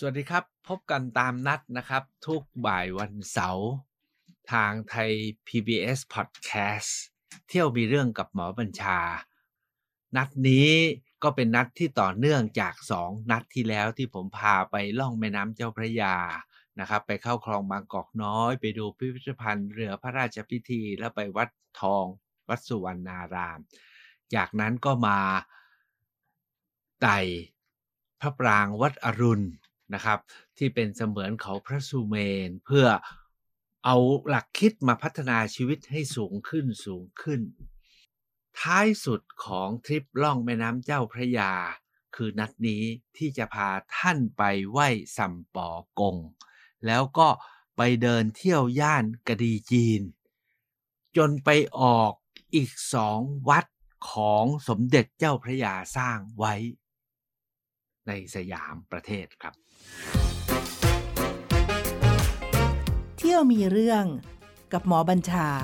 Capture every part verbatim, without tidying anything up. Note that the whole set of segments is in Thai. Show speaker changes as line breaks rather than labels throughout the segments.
วัสดีครับพบกันตามนัดนะครับทุกบ่ายวันเสาร์ทางไทย พี บี เอส Podcast เที่ยวมีเรื่องกับหมอบัญชานัดนี้ก็เป็นนัดที่ต่อเนื่องจากสองนัดที่แล้วที่ผมพาไปล่องแม่น้ำเจ้าพระยานะครับไปเข้าคลองบางกอกน้อยไปดูพิพิธภัณฑ์เรือพระราชพิธีแล้วไปวัดทองวัดสุวรรณารามจากนั้นก็มาไต่พระปรางวัดอรุณนะครับที่เป็นเสมือนเขาพระสุเมนเพื่อเอาหลักคิดมาพัฒนาชีวิตให้สูงขึ้นสูงขึ้นท้ายสุดของทริปล่องแม่น้ำเจ้าพระยาคือนัดนี้ที่จะพาท่านไปไหว้ซัมปอกงแล้วก็ไปเดินเที่ยวย่านกะดีจีนจนไปออกอีกสองวัดของสมเด็จเจ้าพระยาสร้างไว้ในสยามประเทศครับ
เที่ยวมีเรื่องกับหมอบัญชา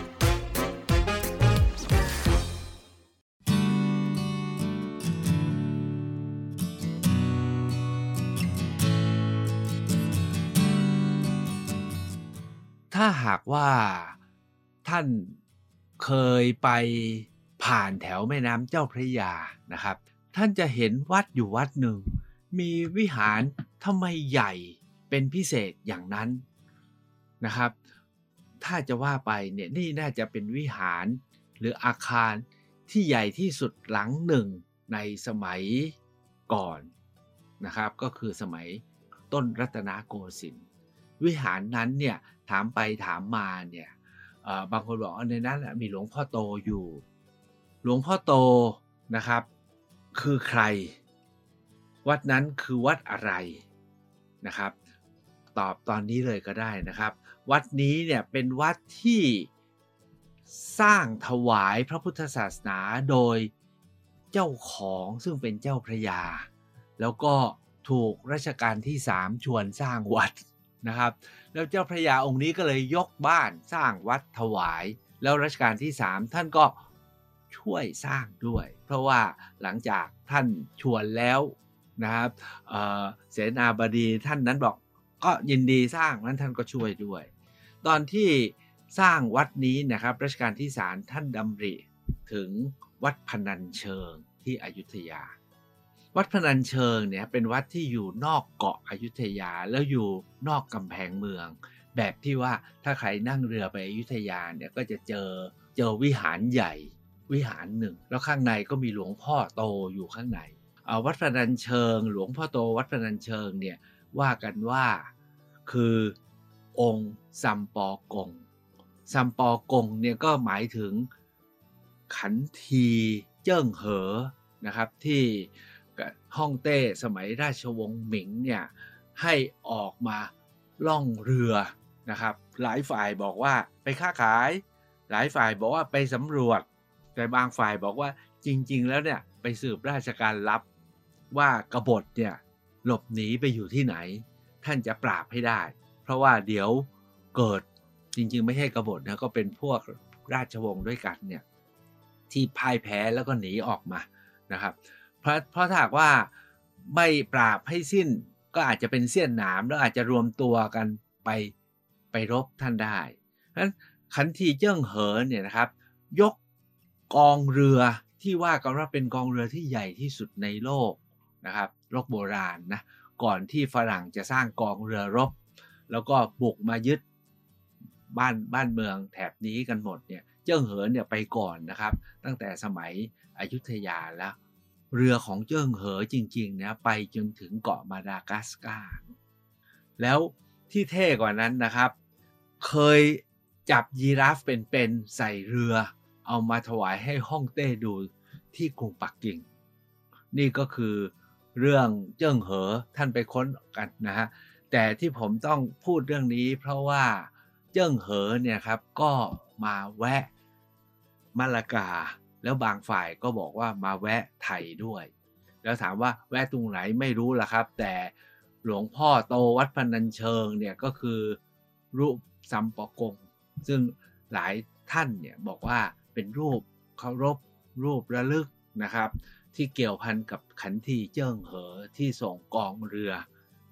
ถ้าหากว่าท่านเคยไปผ่านแถวแม่น้ำเจ้าพระยานะครับท่านจะเห็นวัดอยู่วัดหนึ่งมีวิหารทำไมใหญ่เป็นพิเศษอย่างนั้นนะครับถ้าจะว่าไปเนี่ยนี่น่าจะเป็นวิหารหรืออาคารที่ใหญ่ที่สุดหลังหนึ่งในสมัยก่อนนะครับก็คือสมัยต้นรัตนโกสินทร์วิหารนั้นเนี่ยถามไปถามมาเนี่ยบางคนบอกว่าในนั้นมีหลวงพ่อโตอยู่หลวงพ่อโตนะครับคือใครวัดนั้นคือวัดอะไรนะครับตอบตอนนี้เลยก็ได้นะครับวัดนี้เนี่ยเป็นวัดที่สร้างถวายพระพุทธศาสนาโดยเจ้าของซึ่งเป็นเจ้าพระยาแล้วก็ถูกรัชกาลที่สามชวนสร้างวัดนะครับแล้วเจ้าพระยาองค์นี้ก็เลยยกบ้านสร้างวัดถวายแล้วรัชกาลที่สามท่านก็ช่วยสร้างด้วยเพราะว่าหลังจากท่านชวนแล้วนะครับเอ่อเสนาบดีท่านนั้นบอกก็ยินดีสร้างนั้นท่านก็ช่วยด้วยตอนที่สร้างวัดนี้นะครับรัชกาลที่สามท่านดำริถึงวัดพนัญเชิงที่อยุธยาวัดพนัญเชิงเนี่ยเป็นวัดที่อยู่นอกเกาะอยุธยาแล้วอยู่นอกกำแพงเมืองแบบที่ว่าถ้าใครนั่งเรือไปอยุธยาเนี่ยก็จะเจอเจอวิหารใหญ่วิหารหนึ่งแล้วข้างในก็มีหลวงพ่อโตอยู่ข้างในเอาวัดพนัญเชิงหลวงพ่อโตวัดพนัญเชิงเนี่ยว่ากันว่าคือองค์ซัมปอกงซัมปอกงเนี่ยก็หมายถึงขันทีเจิ้งเหอนะครับที่ฮ่องเต้สมัยราชวงศ์หมิงเนี่ยให้ออกมาล่องเรือนะครับหลายฝ่ายบอกว่าไปค้าขายหลายฝ่ายบอกว่าไปสำรวจแต่บางฝ่ายบอกว่าจริงๆแล้วเนี่ยไปสืบราชการลับว่ากบฏเนี่ยหลบหนีไปอยู่ที่ไหนท่านจะปราบให้ได้เพราะว่าเดี๋ยวเกิดจริงๆไม่ใช่กบฏนะก็เป็นพวกราชวงศ์ด้วยกันเนี่ยที่พ่ายแพ้แล้วก็หนีออกมานะครับเพราะเพราะถ้าหากว่าไม่ปราบให้สิ้นก็อาจจะเป็นเสี้ยนหนามแล้วอาจจะรวมตัวกันไปไปรบท่านได้เพราะฉะนั้นขันทีเจิ้งเหอเนี่ยนะครับยกกองเรือที่ว่ากันว่าเป็นกองเรือที่ใหญ่ที่สุดในโลกนะครับโลกโบราณนะก่อนที่ฝรั่งจะสร้างกองเรือรบแล้วก็บุกมายึดบ้านบ้านเมืองแถบนี้กันหมดเนี่ยเจิ้งเหอเนี่ยไปก่อนนะครับตั้งแต่สมัยอยุธยาแล้วเรือของเจิ้งเหอจริงๆนะไปจนถึงเกาะมาดากัสการ์แล้วที่เท่กว่านั้นนะครับเคยจับยีราฟเป็นๆใส่เรือเอามาถวายให้ฮ่องเต้ดูที่กรุงปักกิ่งนี่ก็คือเรื่องเจิ้งเหอท่านไปค้นกันนะฮะแต่ที่ผมต้องพูดเรื่องนี้เพราะว่าเจิ้งเหอเนี่ยครับก็มาแวะมะละกาแล้วบางฝ่ายก็บอกว่ามาแวะไทยด้วยแล้วถามว่าแวะตรงไหนไม่รู้ล่ะครับแต่หลวงพ่อโตวัดพนัญเชิงเนี่ยก็คือรูปซัมปอกงซึ่งหลายท่านเนี่ยบอกว่าเป็นรูปเคารพรูประลึกนะครับที่เกี่ยวพันกับขันทีเจิ้งเหอที่ส่งกองเรือ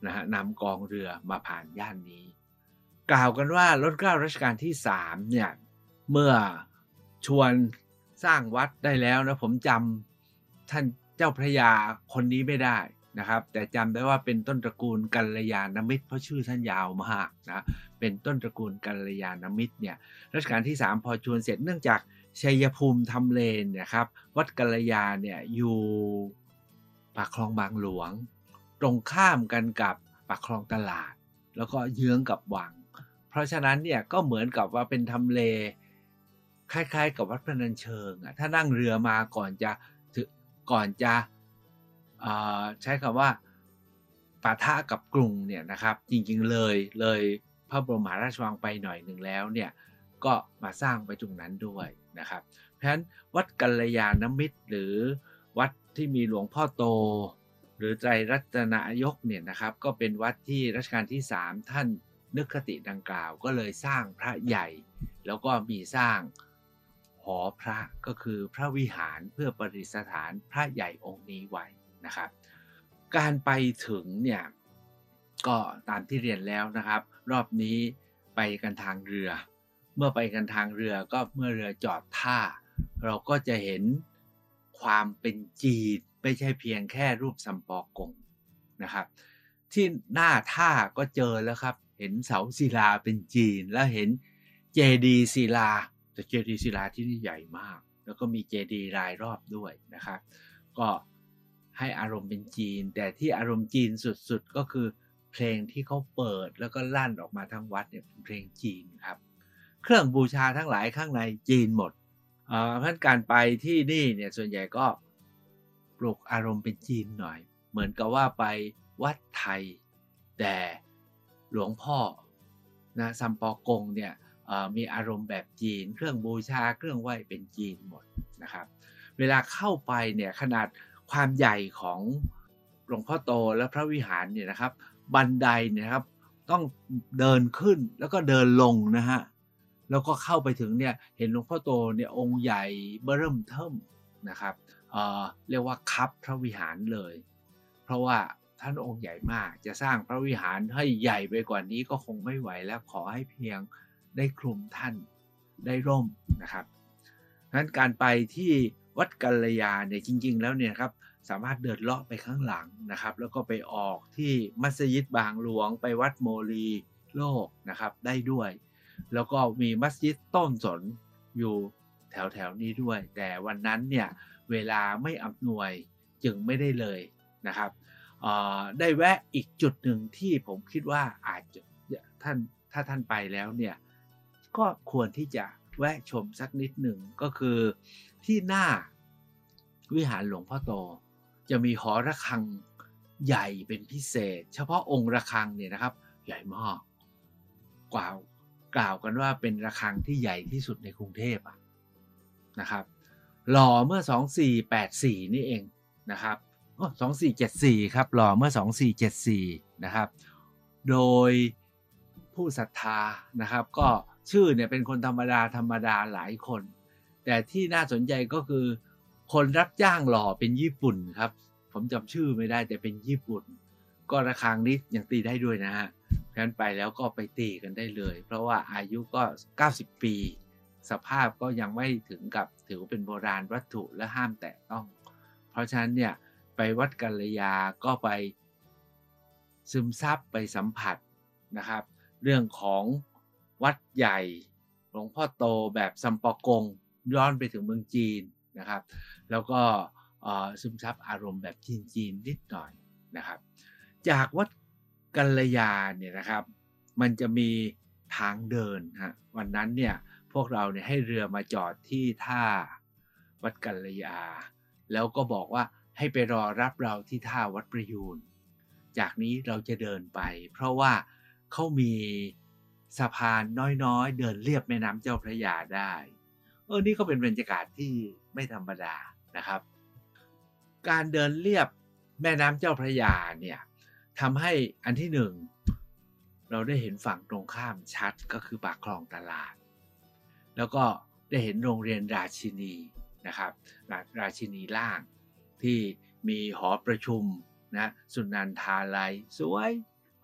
นะฮะนำกองเรือมาผ่านย่านนี้ กล่าวกันว่ารัชกาลรัชกาลที่สามเนี่ยเมื่อชวนสร้างวัดได้แล้วนะผมจำท่านเจ้าพระยาคนนี้ไม่ได้นะครับแต่จำได้ว่าเป็นต้นตระกูลกัลยาณมิตรเพราะชื่อท่านยาวมากนะเป็นต้นตระกูลกัลยาณมิตรเนี่ยรัชกาลที่สามพอชวนเสร็จเนื่องจากชัยภูมิทำเลนเนี่ยครับวัดกัลยาเนี่ยอยู่ปากคลองบางหลวงตรงข้ามกันกับปากคลองตลาดแล้วก็เยื้องกับวังเพราะฉะนั้นเนี่ยก็เหมือนกับว่าเป็นทำเลคล้ายๆกับวัดพนัญเชิงอ่ะถ้านั่งเรือมาก่อนจะถึงก่อนจะใช้คำว่าปะทะกับกรุงเนี่ยนะครับจริงๆเลยเลยพระบรมมหาราชวังไปหน่อยหนึ่งแล้วเนี่ยก็มาสร้างไปตรงนั้นด้วยนะครับเพราะฉะนั้นวัดกัลยาณมิตรหรือวัดที่มีหลวงพ่อโตหรือไตรรัตนายกเนี่ยนะครับก็เป็นวัดที่รัชกาลที่สามท่านนึกคติดังกล่าวก็เลยสร้างพระใหญ่แล้วก็มีสร้างหอพระก็คือพระวิหารเพื่อประดิษฐานพระใหญ่องค์นี้ไว้นะครับการไปถึงเนี่ยก็ตามที่เรียนแล้วนะครับรอบนี้ไปกันทางเรือเมื่อไปกันทางเรือก็เมื่อเรือจอดท่าเราก็จะเห็นความเป็นจีนไม่ใช่เพียงแค่รูปซัมปอกงนะครับที่หน้าท่าก็เจอแล้วครับเห็นเสาศิลาเป็นจีนแล้วเห็นเจดีย์ศิลาแต่เจดีย์ศิลาที่นี่ใหญ่มากแล้วก็มีเจดีย์รายรอบด้วยนะครับก็ให้อารมณ์เป็นจีนแต่ที่อารมณ์จีนสุดๆก็คือเพลงที่เขาเปิดแล้วก็ลั่นออกมาทั้งวัดเนี่ยเป็นเพลงจีนครับเครื่องบูชาทั้งหลายข้างในจีนหมดเพราะฉะนั้นการไปที่นี่เนี่ยส่วนใหญ่ก็ปลุกอารมณ์เป็นจีนหน่อยเหมือนกับว่าไปวัดไทยแต่หลวงพ่อนะซัมปอกงเนี่ยมีอารมณ์แบบจีนเครื่องบูชาเครื่องไหว้เป็นจีนหมดนะครับเวลาเข้าไปเนี่ยขนาดความใหญ่ของหลวงพ่อโตและพระวิหารเนี่ยนะครับบันไดเนี่ยครับต้องเดินขึ้นแล้วก็เดินลงนะฮะแล้วก็เข้าไปถึงเนี่ยเห็นหลวงพ่อโตเนี่ยองค์ใหญ่เบ้อเริ่มเทิ่มนะครับเอ่อเรียกว่าคับพระวิหารเลยเพราะว่าท่านองค์ใหญ่มากจะสร้างพระวิหารให้ใหญ่ไปกว่านี้ก็คงไม่ไหวแล้วขอให้เพียงได้คลุมท่านได้ร่มนะครับงั้นการไปที่วัดกัลยาเนี่ยจริงๆแล้วเนี่ยครับสามารถเดินเลาะไปข้างหลังนะครับแล้วก็ไปออกที่มัสยิดบางหลวงไปวัดโมลีโลกนะครับได้ด้วยแล้วก็มีมัสยิดต้นสนอยู่แถวๆนี้ด้วยแต่วันนั้นเนี่ยเวลาไม่อำนวยจึงไม่ได้เลยนะครับได้แวะอีกจุดหนึ่งที่ผมคิดว่าอาจจะท่านถ้าท่านไปแล้วเนี่ยก็ควรที่จะแวะชมสักนิดหนึ่งก็คือที่หน้าวิหารหลวงพ่อโตจะมีหอระฆังใหญ่เป็นพิเศษเฉพาะองค์ระฆังเนี่ยนะครับใหญ่มากกล่าวกล่าวกันว่าเป็นระฆังที่ใหญ่ที่สุดในกรุงเทพนะครับหล่อเมื่อสองพันสี่ร้อยแปดสิบสี่นี่เองนะครับอ๋อสองพันสี่ร้อยเจ็ดสิบสี่ครับหล่อเมื่อสองพันสี่ร้อยเจ็ดสิบสี่นะครับโดยผู้ศรัทธานะครับก็ชื่อเนี่ยเป็นคนธรรมดาธรรมดาหลายคนแต่ที่น่าสนใจก็คือคนรับจ้างหล่อเป็นญี่ปุ่นครับผมจำชื่อไม่ได้แต่เป็นญี่ปุ่นก็ระฆังนี้ยังตีได้ด้วยนะฮะเพราะฉะนั้นไปแล้วก็ไปตีกันได้เลยเพราะว่าอายุก็เก้าสิบปีสภาพก็ยังไม่ถึงกับถือเป็นโบราณวัตถุและห้ามแตะต้องเพราะฉะนั้นเนี่ยไปวัดกัลยาก็ไปซึมซับไปสัมผัสนะครับเรื่องของวัดใหญ่หลวงพ่อโตแบบซัมปอกงย้อนไปถึงเมืองจีนนะครับแล้วก็ซึมซับอารมณ์แบบจีนๆนิดหน่อยนะครับจากวัดกัลยาเนี่ยนะครับมันจะมีทางเดินฮะวันนั้นเนี่ยพวกเราเนี่ยให้เรือมาจอดที่ท่าวัดกัลยาแล้วก็บอกว่าให้ไปรอรับเราที่ท่าวัดประยูรจากนี้เราจะเดินไปเพราะว่าเขามีสะพานน้อยๆเดินเลียบแม่น้ำเจ้าพระยาได้เออนี่ก็เป็นบรรยากาศที่ไม่ธรรมดานะครับการเดินเลียบแม่น้ำเจ้าพระยาเนี่ยทำให้อันที่หนึ่งเราได้เห็นฝั่งตรงข้ามชัดก็คือปากคลองตลาดแล้วก็ได้เห็นโรงเรียนราชินีนะครับราชินีล่างที่มีหอประชุมนะสุนันทาลัยสวย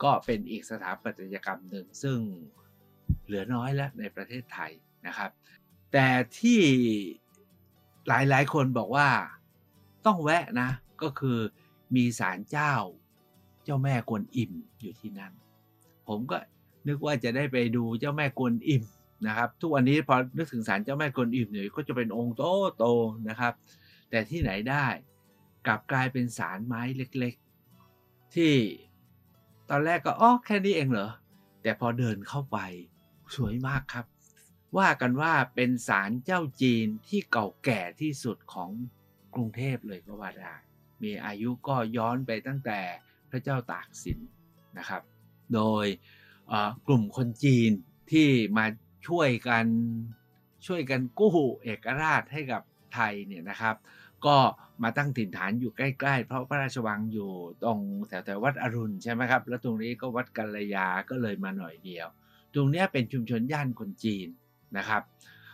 ก็เป็นอีกสถาปัตยกรรมหนึ่งซึ่งเหลือน้อยแล้วในประเทศไทยนะครับแต่ที่หลายๆคนบอกว่าต้องแวะนะก็คือมีศาลเจ้าเจ้าแม่กวนอิมอยู่ที่นั่นผมก็นึกว่าจะได้ไปดูเจ้าแม่กวนอิมนะครับทุกวันนี้พอนึกถึงศาลเจ้าแม่กวนอิมเนี่ยก็จะเป็นองค์โตๆนะครับแต่ที่ไหนได้กลับกลายเป็นศาลไม้เล็กๆที่ตอนแรกก็อ๋อแค่นี้เองเหรอแต่พอเดินเข้าไปสวยมากครับว่ากันว่าเป็นศาลเจ้าจีนที่เก่าแก่ที่สุดของกรุงเทพเลยก็ว่าได้มีอายุก็ย้อนไปตั้งแต่พระเจ้าตากสินนะครับโดยกลุ่มคนจีนที่มาช่วยกันช่วยกันกู้เอกราชให้กับไทยเนี่ยนะครับก็มาตั้งถิ่นฐานอยู่ใกล้ๆเพราะพระราชวังอยู่ตรงแถวๆวัดอรุณใช่ไหมครับแล้วตรงนี้ก็วัดกัลยาก็เลยมาหน่อยเดียวตรงนี้เป็นชุมชนย่านคนจีนนะครับ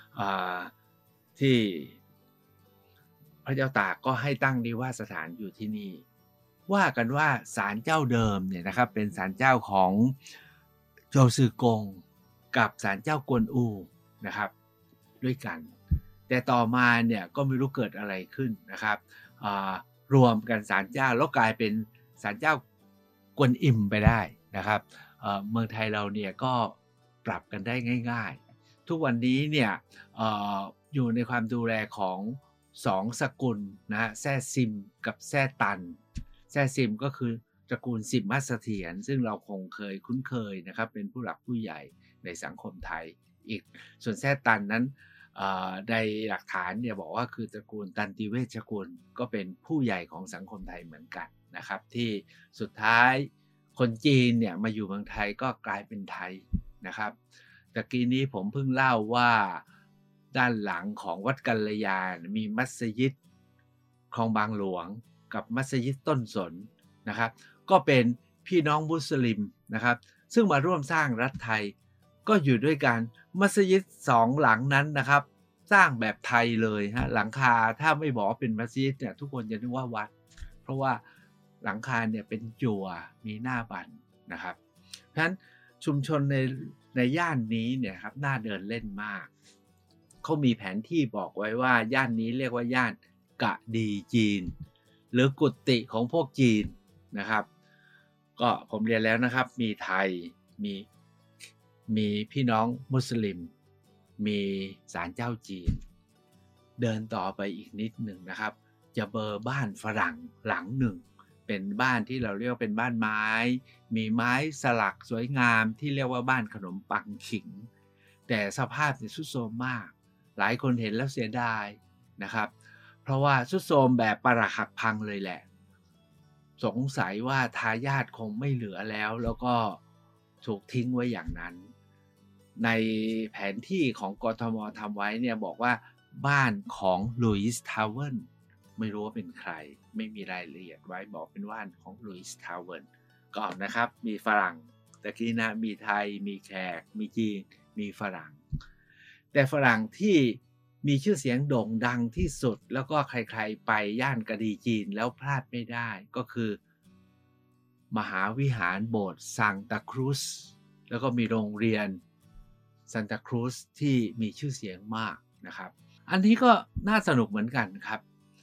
ที่พระเจ้าตากก็ให้ตั้งนิวาสถานอยู่ที่นี่ว่ากันว่าศาลเจ้าเดิมเนี่ยนะครับเป็นศาลเจ้าของโจซือกงกับศาลเจ้ากวนอูนะครับด้วยกันแต่ต่อมาเนี่ยก็ไม่รู้เกิดอะไรขึ้นนะครับรวมกันศาลเจ้าแล้วกลายเป็นศาลเจ้ากวนอิมไปได้นะครับเมืองไทยเราเนี่ยก็ปรับกันได้ง่ายๆทุกวันนี้เนี่ย อ, อยู่ในความดูแลของสองสกุลนะแซ่ซิมกับแซ่ตันแซ่ซิมก็คือตระกูลซิมมัสเถียรซึ่งเราคงเคยคุ้นเคยนะครับเป็นผู้หลักผู้ใหญ่ในสังคมไทยอีกส่วนแซ่ตันนั้นในหลักฐานเนี่ยบอกว่าคือตระกูลตันติเวชกุลก็เป็นผู้ใหญ่ของสังคมไทยเหมือนกันนะครับที่สุดท้ายคนจีนเนี่ยมาอยู่เมืองไทยก็กลายเป็นไทยนะครับตะกี้นี้ผมเพิ่งเล่าว่าด้านหลังของวัดกัลยามีมัสยิดคลองบางหลวงกับมัสยิดต้นสนนะครับก็เป็นพี่น้องมุสลิมนะครับซึ่งมาร่วมสร้างรัฐไทยก็อยู่ด้วยกันมัสยิดสองหลังนั้นนะครับสร้างแบบไทยเลยฮะหลังคาถ้าไม่บอกว่าเป็นมัสยิดเนี่ยทุกคนจะนึกว่าวัดเพราะว่าหลังคาเนี่ยเป็นจั่วมีหน้าบันนะครับเพราะฉะนั้นชุมชนในในย่านนี้เนี่ยครับน่าเดินเล่นมากเขามีแผนที่บอกไว้ว่าย่านนี้เรียกว่าย่านกะดีจีนหรือกุฏิของพวกจีนนะครับก็ผมเรียนแล้วนะครับมีไทยมีมีพี่น้องมุสลิมมีศาลเจ้าจีนเดินต่อไปอีกนิดหนึ่งนะครับจะเบอร์บ้านฝรั่งหลังหนึ่งเป็นบ้านที่เราเรียกว่าเป็นบ้านไม้มีไม้สลักสวยงามที่เรียกว่าบ้านขนมปังขิงแต่สภาพเนี่ยทรุดโทรมมากหลายคนเห็นแล้วเสียดายนะครับเพราะว่าทรุดโทรมแบบปรักหักพังเลยแหละสงสัยว่าทายาทคงไม่เหลือแล้วแล้วก็ถูกทิ้งไว้อย่างนั้นในแผนที่ของกทมทำไว้เนี่ยบอกว่าบ้านของลุยส์ทาวเวอร์ไม่รู้ว่าเป็นใครไม่มีรายละเอียดไว้บอกเป็นบ้านของลุยส์ทาวเวอร์ก่อนนะครับมีฝรั่งตะกี้นะมีไทยมีแขกมีจีนมีฝรั่งแต่ฝรั่งที่มีชื่อเสียงโด่งดังที่สุดแล้วก็ใครๆไปย่านกะดีจีนแล้วพลาดไม่ได้ก็คือมหาวิหารโบสถ์ซานตาครูซแล้วก็มีโรงเรียนซานตาครูซที่มีชื่อเสียงมากนะครับอันนี้ก็น่าสนุกเหมือนกันครับ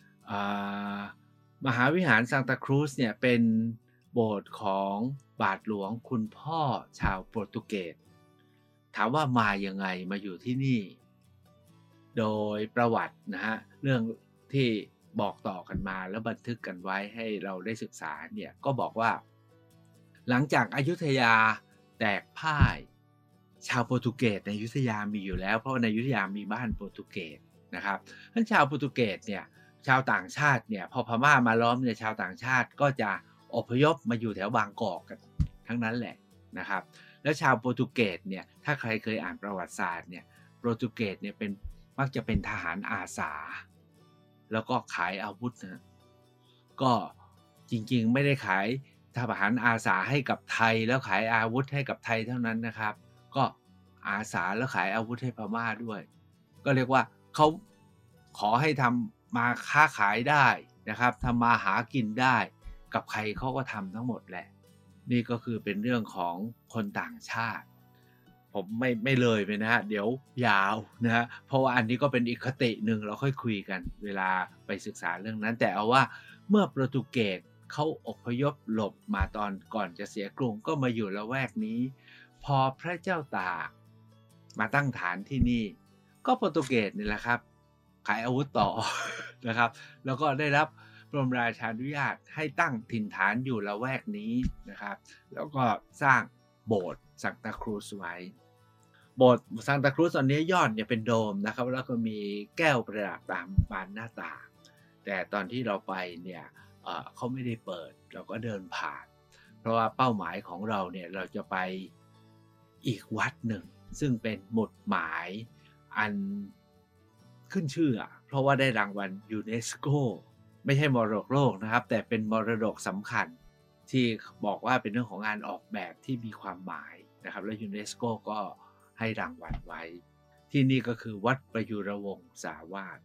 มหาวิหารซานตาครูซเนี่ยเป็นโบสถ์ของบาทหลวงคุณพ่อชาวโปรตุเกสถามว่ามายังไงมาอยู่ที่นี่โดยประวัตินะฮะเรื่องที่บอกต่อกันมาแล้วบันทึกกันไว้ให้เราได้ศึกษาเนี่ยก็บอกว่าหลังจากอยุธยาแตกพ่ายชาวโปรตุเกสในอยุธยามีอยู่แล้วเพราะในอยุธยามีบ้านโปรตุเกสนะครับท่านชาวโปรตุเกสเนี่ยชาวต่างชาติเนี่ยพอพม่ามาล้อมเนี่ยชาวต่างชาติก็จะอพยพมาอยู่แถวบางกอกกันทั้งนั้นแหละนะครับแล้วชาวโปรตุเกสเนี่ยถ้าใครเคยอ่านประวัติศาสตร์เนี่ยโปรตุเกสเนี่ยเป็นมักจะเป็นทหารอาสาแล้วก็ขายอาวุธนะก็จริงๆไม่ได้ขายทหารอาสาให้กับไทยแล้วขายอาวุธให้กับไทยเท่านั้นนะครับก็อาสาแล้วขายอาวุธให้พม่าด้วยก็เรียกว่าเขาขอให้ทำมาค้าขายได้นะครับทำมาหากินได้กับใครเขาก็ทำทั้งหมดแหละนี่ก็คือเป็นเรื่องของคนต่างชาติผมไม่ไม่เลยไปนะฮะเดี๋ยวยาวนะฮะเพราะว่าอันนี้ก็เป็นอีกคติหนึ่งเราค่อยคุยกันเวลาไปศึกษาเรื่องนั้นแต่เอาว่าเมื่อโปรตุเกสเขาอพยพหลบมาตอนก่อนจะเสียกรุงก็มาอยู่ละแวกนี้พอพระเจ้าตากมาตั้งฐานที่นี่ก็โปรตุเกสนี่แหละครับขายอาวุธต่อ นะครับแล้วก็ได้รับบรมราชานุญาตให้ตั้งถิ่นฐานอยู่ละแวกนี้นะครับแล้วก็สร้างโบสถ์ซังตาครูซไว้โบสถ์ซังตาครูซตอนนี้ยอดเนี่ยเป็นโดมนะครับแล้วก็มีแก้วประดับตามบานหน้าต่างแต่ตอนที่เราไปเนี่ยเอ่อเขาไม่ได้เปิดเราก็เดินผ่านเพราะว่าเป้าหมายของเราเนี่ยเราจะไปอีกวัดหนึ่งซึ่งเป็นหมุดหมายอันขึ้นชื่อเพราะว่าได้รางวัลยูเนสโกไม่ใช่มรดกโลกนะครับแต่เป็นมรดกสำคัญที่บอกว่าเป็นเรื่องของงานออกแบบที่มีความหมายนะครับและยูเนสโกก็ให้รางวัลไว้ที่นี่ก็คือวัดประยุรวงศาวาส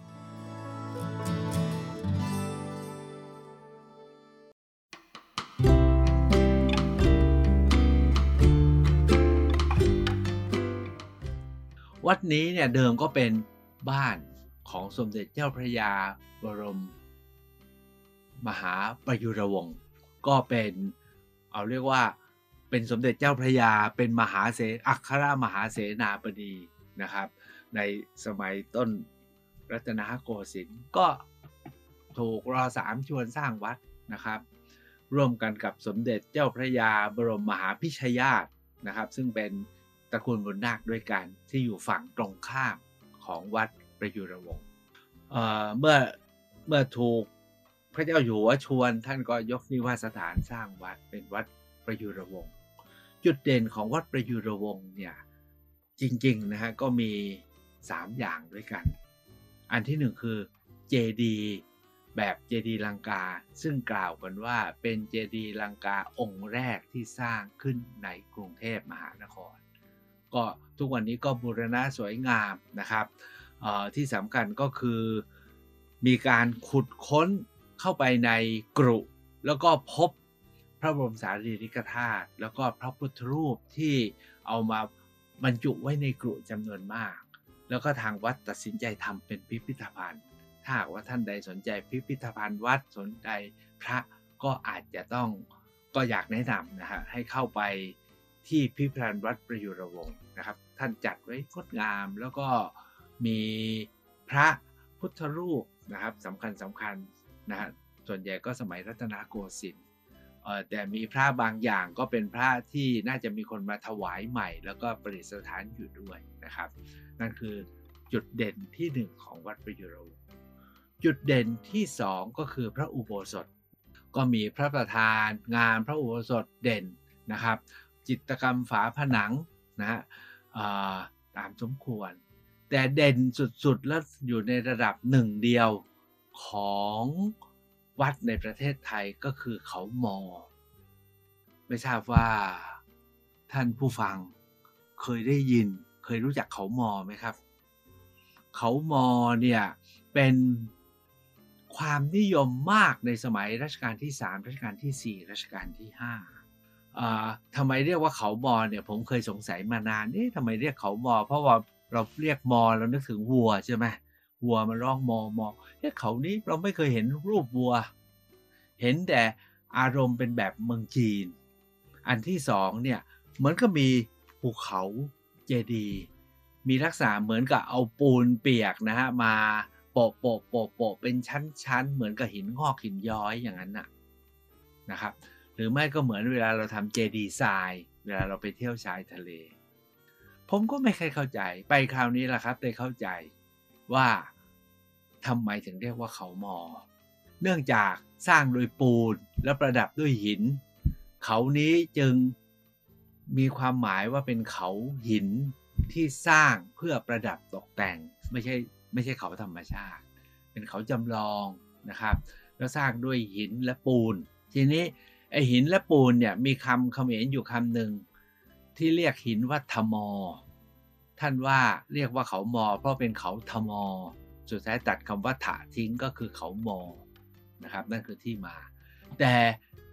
วัดนี้เนี่ยเดิมก็เป็นบ้านของสมเด็จเจ้าพระยาบรมมหาประยุรวงศ์ก็เป็นเอาเรียกว่าเป็นสมเด็จเจ้าพระยาเป็นมหาเสอัครมหาเสนาบดีนะครับในสมัยต้นรัตนโกสินทร์ก็ถูกรอสามชวนสร้างวัดนะครับร่วมกันกับสมเด็จเจ้าพระยาบรมมหาพิชยาตนะครับซึ่งเป็นตระกูลบุญนาคด้วยกันที่อยู่ฝั่งตรงข้ามของวัดประยุรวงศ์เอ่อเมื่อเมื่อถูกพระเจ้าอยู่หัวชวนท่านก็ยกนิวาสถานสร้างวัดเป็นวัดประยุรวงศ์จุดเด่นของวัดประยุรวงศ์เนี่ยจริงๆนะฮะก็มีสามอย่างด้วยกันอันที่หนึ่งคือเจดีย์แบบเจดีย์ลังกาซึ่งกล่าวกันว่าเป็นเจดีย์ลังกาองค์แรกที่สร้างขึ้นในกรุงเทพมหานครก็ทุกวันนี้ก็บูรณะสวยงามนะครับที่สำคัญก็คือมีการขุดค้นเข้าไปในกรุแล้วก็พบพระบรมสารีริกธาตุแล้วก็พระพุทธรูปที่เอามาบรรจุไว้ในกรุจำนวนมากแล้วก็ทางวัดตัดสินใจทำเป็นพิพิธภัณฑ์ถ้าหากว่าท่านใดสนใจพิพิธภัณฑ์วัดสนใจพระก็อาจจะต้องก็อยากแนะนำนะฮะให้เข้าไปที่พิพิธภัณฑ์วัดประยุรวงศ์นะครับท่านจัดไว้งดงามแล้วก็มีพระพุทธรูปนะครับสำคัญสำคัญนะฮะส่วนใหญ่ก็สมัยรัตนโกสินทร์แต่มีพระบางอย่างก็เป็นพระที่น่าจะมีคนมาถวายใหม่แล้วก็ประดิษฐานอยู่ด้วยนะครับนั่นคือจุดเด่นที่หนึ่งของวัดประยุรวงศ์จุดเด่นที่สองก็คือพระอุโบสถก็มีพระประธานงานพระอุโบสถเด่นนะครับจิตรกรรมฝาผนังนะฮะตามสมควรแต่เด่นสุดๆและอยู่ในระดับหนึ่งเดียวของวัดในประเทศไทยก็คือเขามอไม่ทราบว่าท่านผู้ฟังเคยได้ยินเคยรู้จักเขามอไหมครับเขามอเนี่ยเป็นความนิยมมากในสมัยรัชกาลที่สามรัชกาลที่สี่รัชกาลที่ห้าอ่าทำไมเรียกว่าเขามอเนี่ยผมเคยสงสัยมานานเอ๊ะทำไมเรียกเขามอเพราะว่าเราเรียกมอเรานึกถึงวัวใช่ไหมวัวมันร้องมอมอเอ๊ะเขานี้เราไม่เคยเห็นรูปวัวเห็นแต่อารมณ์เป็นแบบเมืองจีนอันที่สองเนี่ยเหมือนกับมีภูเขาเจดีย์มีลักษณะเหมือนกับเอาปูนเปียกนะฮะมาโปะโปะโปะโปะเป็นชั้นๆเหมือนกับหินงอกหินย้อยอย่างนั้นน่ะนะครับหรือไม่ก็เหมือนเวลาเราทำเจดีย์ทรายเวลาเราไปเที่ยวชายทะเลผมก็ไม่เคยเข้าใจไปคราวนี้แหละครับได้เข้าใจว่าทำไมถึงเรียกว่าเขามอเนื่องจากสร้างโดยปูนและประดับด้วยหินเขานี้จึงมีความหมายว่าเป็นเขาหินที่สร้างเพื่อประดับตกแต่งไม่ใช่ไม่ใช่เขาธรรมชาติเป็นเขาจำลองนะครับแล้วสร้างด้วยหินและปูนทีนี้ไอหินและปูนเนี่ยมีคำเขมรอยู่คำหนึ่งที่เรียกหินว่าทมอท่านว่าเรียกว่าเขามอเพราะเป็นเขาทมอสุดท้ายตัดคำว่าถะทิ้งก็คือเขามอนะครับนั่นคือที่มาแต่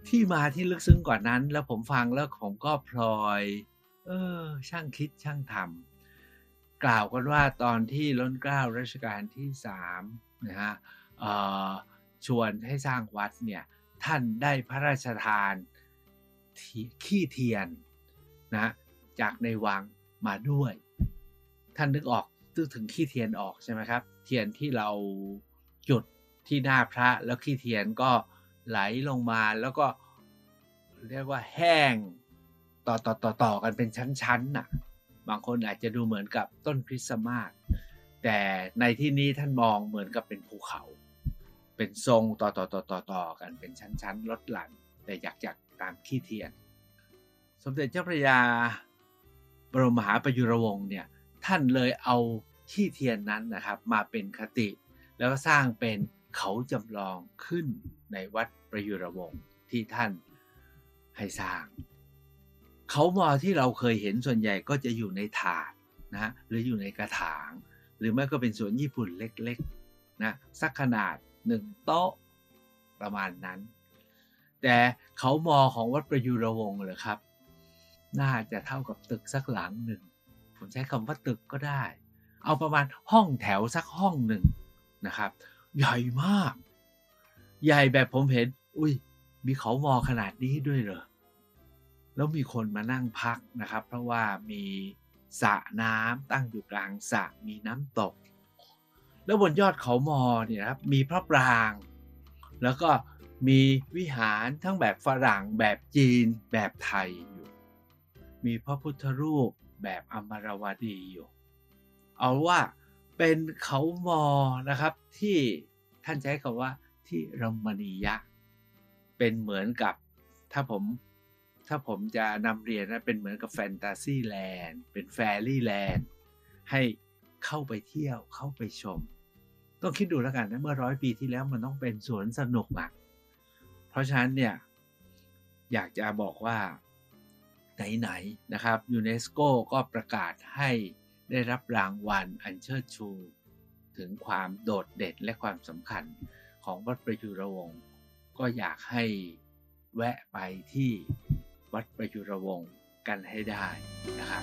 ที่มาที่ลึกซึ้งกว่านั้นแล้วผมฟังแล้วผมก็พลอยเออช่างคิดช่างทำกล่าวกันว่าตอนที่ล้นเกล้ารัชกาลที่สามนะฮะเอ่อชวนให้สร้างวัดเนี่ยท่านได้พระราชทานขี้เทียนนะจากในวังมาด้วยท่านนึกออกนึกถึงขี้เทียนออกใช่ไหมครับเทียนที่เราจุดที่หน้าพระแล้วขี้เทียนก็ไหลลงมาแล้วก็เรียกว่าแห้งต่อต่อต่อต่อกันเป็นชั้นๆน่ะบางคนอาจจะดูเหมือนกับต้นคริสต์มาสแต่ในที่นี้ท่านมองเหมือนกับเป็นภูเขาเป็นทรงต่อต่อต่อต่อต่อกันเป็นชั้นๆลดหลั่นแต่อยากจากตามขี้เทียนสมเด็จเจ้าพระยาบรมมหาประยุรวงศ์เนี่ยท่านเลยเอาขี้เทียนนั้นนะครับมาเป็นคติแล้วก็สร้างเป็นเขาจำลองขึ้นในวัดประยุรวงศ์ที่ท่านให้สร้างเขามอที่เราเคยเห็นส่วนใหญ่ก็จะอยู่ในถาดนะหรืออยู่ในกระถางหรือไม่ก็เป็นสวนญี่ปุ่นเล็กๆนะสักขนาดหนึ่งโต๊ะประมาณนั้นแต่เขามอของวัดประยุรวงศ์เลยครับน่าจะเท่ากับตึกสักหลังหนึ่งผมใช้คำว่าตึกก็ได้เอาประมาณห้องแถวสักห้องหนึ่งนะครับใหญ่มากใหญ่แบบผมเห็นอุ้ยมีเขามอขนาดนี้ด้วยเหรอแล้วมีคนมานั่งพักนะครับเพราะว่ามีสระน้ำตั้งอยู่กลางสระมีน้ำตกแล้วบนยอดเขามอเนี่ยครับมีพระปรางแล้วก็มีวิหารทั้งแบบฝรั่งแบบจีนแบบไทยอยู่มีพระพุทธรูปแบบอมรวดีอยู่เอาว่าเป็นเขามอนะครับที่ท่านใช้คำว่าที่รมณียะเป็นเหมือนกับถ้าผมถ้าผมจะนำเรียนนะเป็นเหมือนกับแฟนตาซีแลนด์เป็นแฟรี่แลนด์ให้เข้าไปเที่ยวเข้าไปชมต้องคิดดูแล้วกันนะเมื่อร้อยปีที่แล้วมันต้องเป็นสวนสนุกอ่ะเพราะฉะนั้นเนี่ยอยากจะบอกว่าไหนๆนะครับยูเนสโกก็ประกาศให้ได้รับรางวัลอันเชิดชูถึงความโดดเด่นและความสำคัญของวัดประยุรวงศ์ก็อยากให้แวะไปที่วัดประยุรวงศ์กันให้ได้นะครับ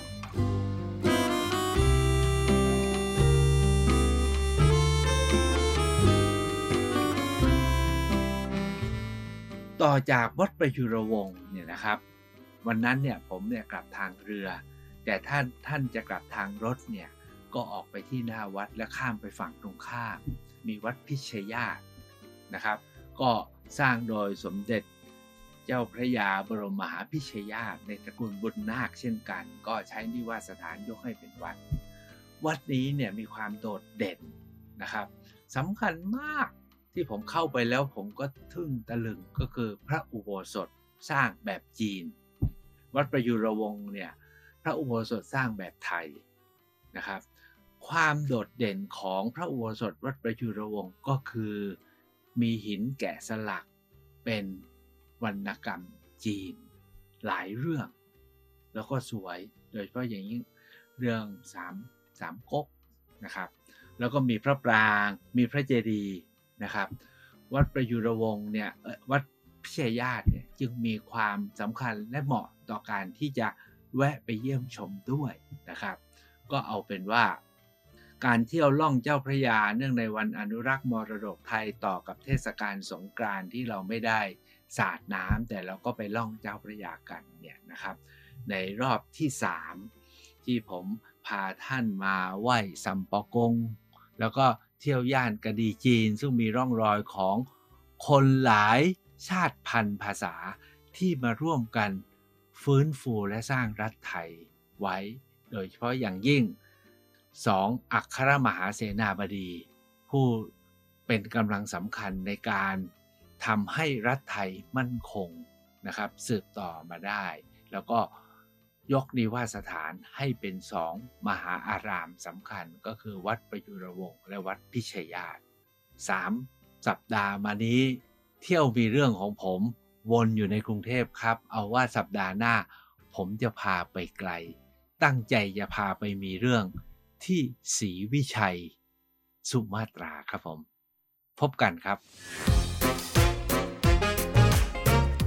ต่อจากวัดประยุรวงศ์เนี่ยนะครับวันนั้นเนี่ยผมเนี่ยกลับทางเรือแต่ท่านท่านจะกลับทางรถเนี่ยก็ออกไปที่หน้าวัดและข้ามไปฝั่งตรงข้ามมีวัดพิชยาทนะครับก็สร้างโดยสมเด็จเจ้าพระยาบรมมหาพิชยาทในตระกูลบุญนาคเช่นกันก็ใช้นิวาสสถานยกให้เป็นวัดวัดนี้เนี่ยมีความโดดเด่นนะครับสำคัญมากที่ผมเข้าไปแล้วผมก็ทึ่งตะลึงก็คือพระอุโบสถสร้างแบบจีนวัดประยุรวงศ์เนี่ยพระอุโบสถสร้างแบบไทยนะครับความโดดเด่นของพระอุโบสถวัดประยุรวงศ์ก็คือมีหินแกะสลักเป็นวรรณกรรมจีนหลายเรื่องแล้วก็สวยโดยเฉพาะอย่างยิ่งเรื่องสามสามก๊กนะครับแล้วก็มีพระปรางมีพระเจดีย์นะครับวัดประยุรวงศ์เนี่ยวัดพิชยาทเนี่ยจึงมีความสำคัญและเหมาะต่อการที่จะแวะไปเยี่ยมชมด้วยนะครับก็เอาเป็นว่าการเที่ยวล่องเจ้าพระยาเนื่องในวันอนุรักษ์มรดกไทยต่อกับเทศกาลสงกรานต์ที่เราไม่ได้สาดน้ำแต่เราก็ไปล่องเจ้าพระยากันเนี่ยนะครับในรอบที่สามที่ผมพาท่านมาไหว้ซัมปอกงแล้วก็เที่ยวย่านกะดีจีนซึ่งมีร่องรอยของคนหลายชาติพันธุ์ภาษาที่มาร่วมกันฟื้นฟูและสร้างรัฐไทยไว้โดยเฉพาะอย่างยิ่งสองอัครมหาเสนาบดีผู้เป็นกำลังสำคัญในการทำให้รัฐไทยมั่นคงนะครับสืบต่อมาได้แล้วก็ยกนิวาสสถานให้เป็นสองมหาอารามสำคัญก็คือวัดประยุรวงศ์และวัดพิชยาทสามสัปดาห์มานี้เที่ยวมีเรื่องของผมวนอยู่ในกรุงเทพครับเอาว่าสัปดาห์หน้าผมจะพาไปไกลตั้งใจจะพาไปมีเรื่องที่ศรีวิชัยสุมาตราครับผมพบกันครับ
เที่ยว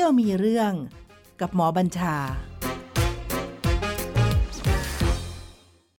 ยวมีเรื่องกับหมอบัญชา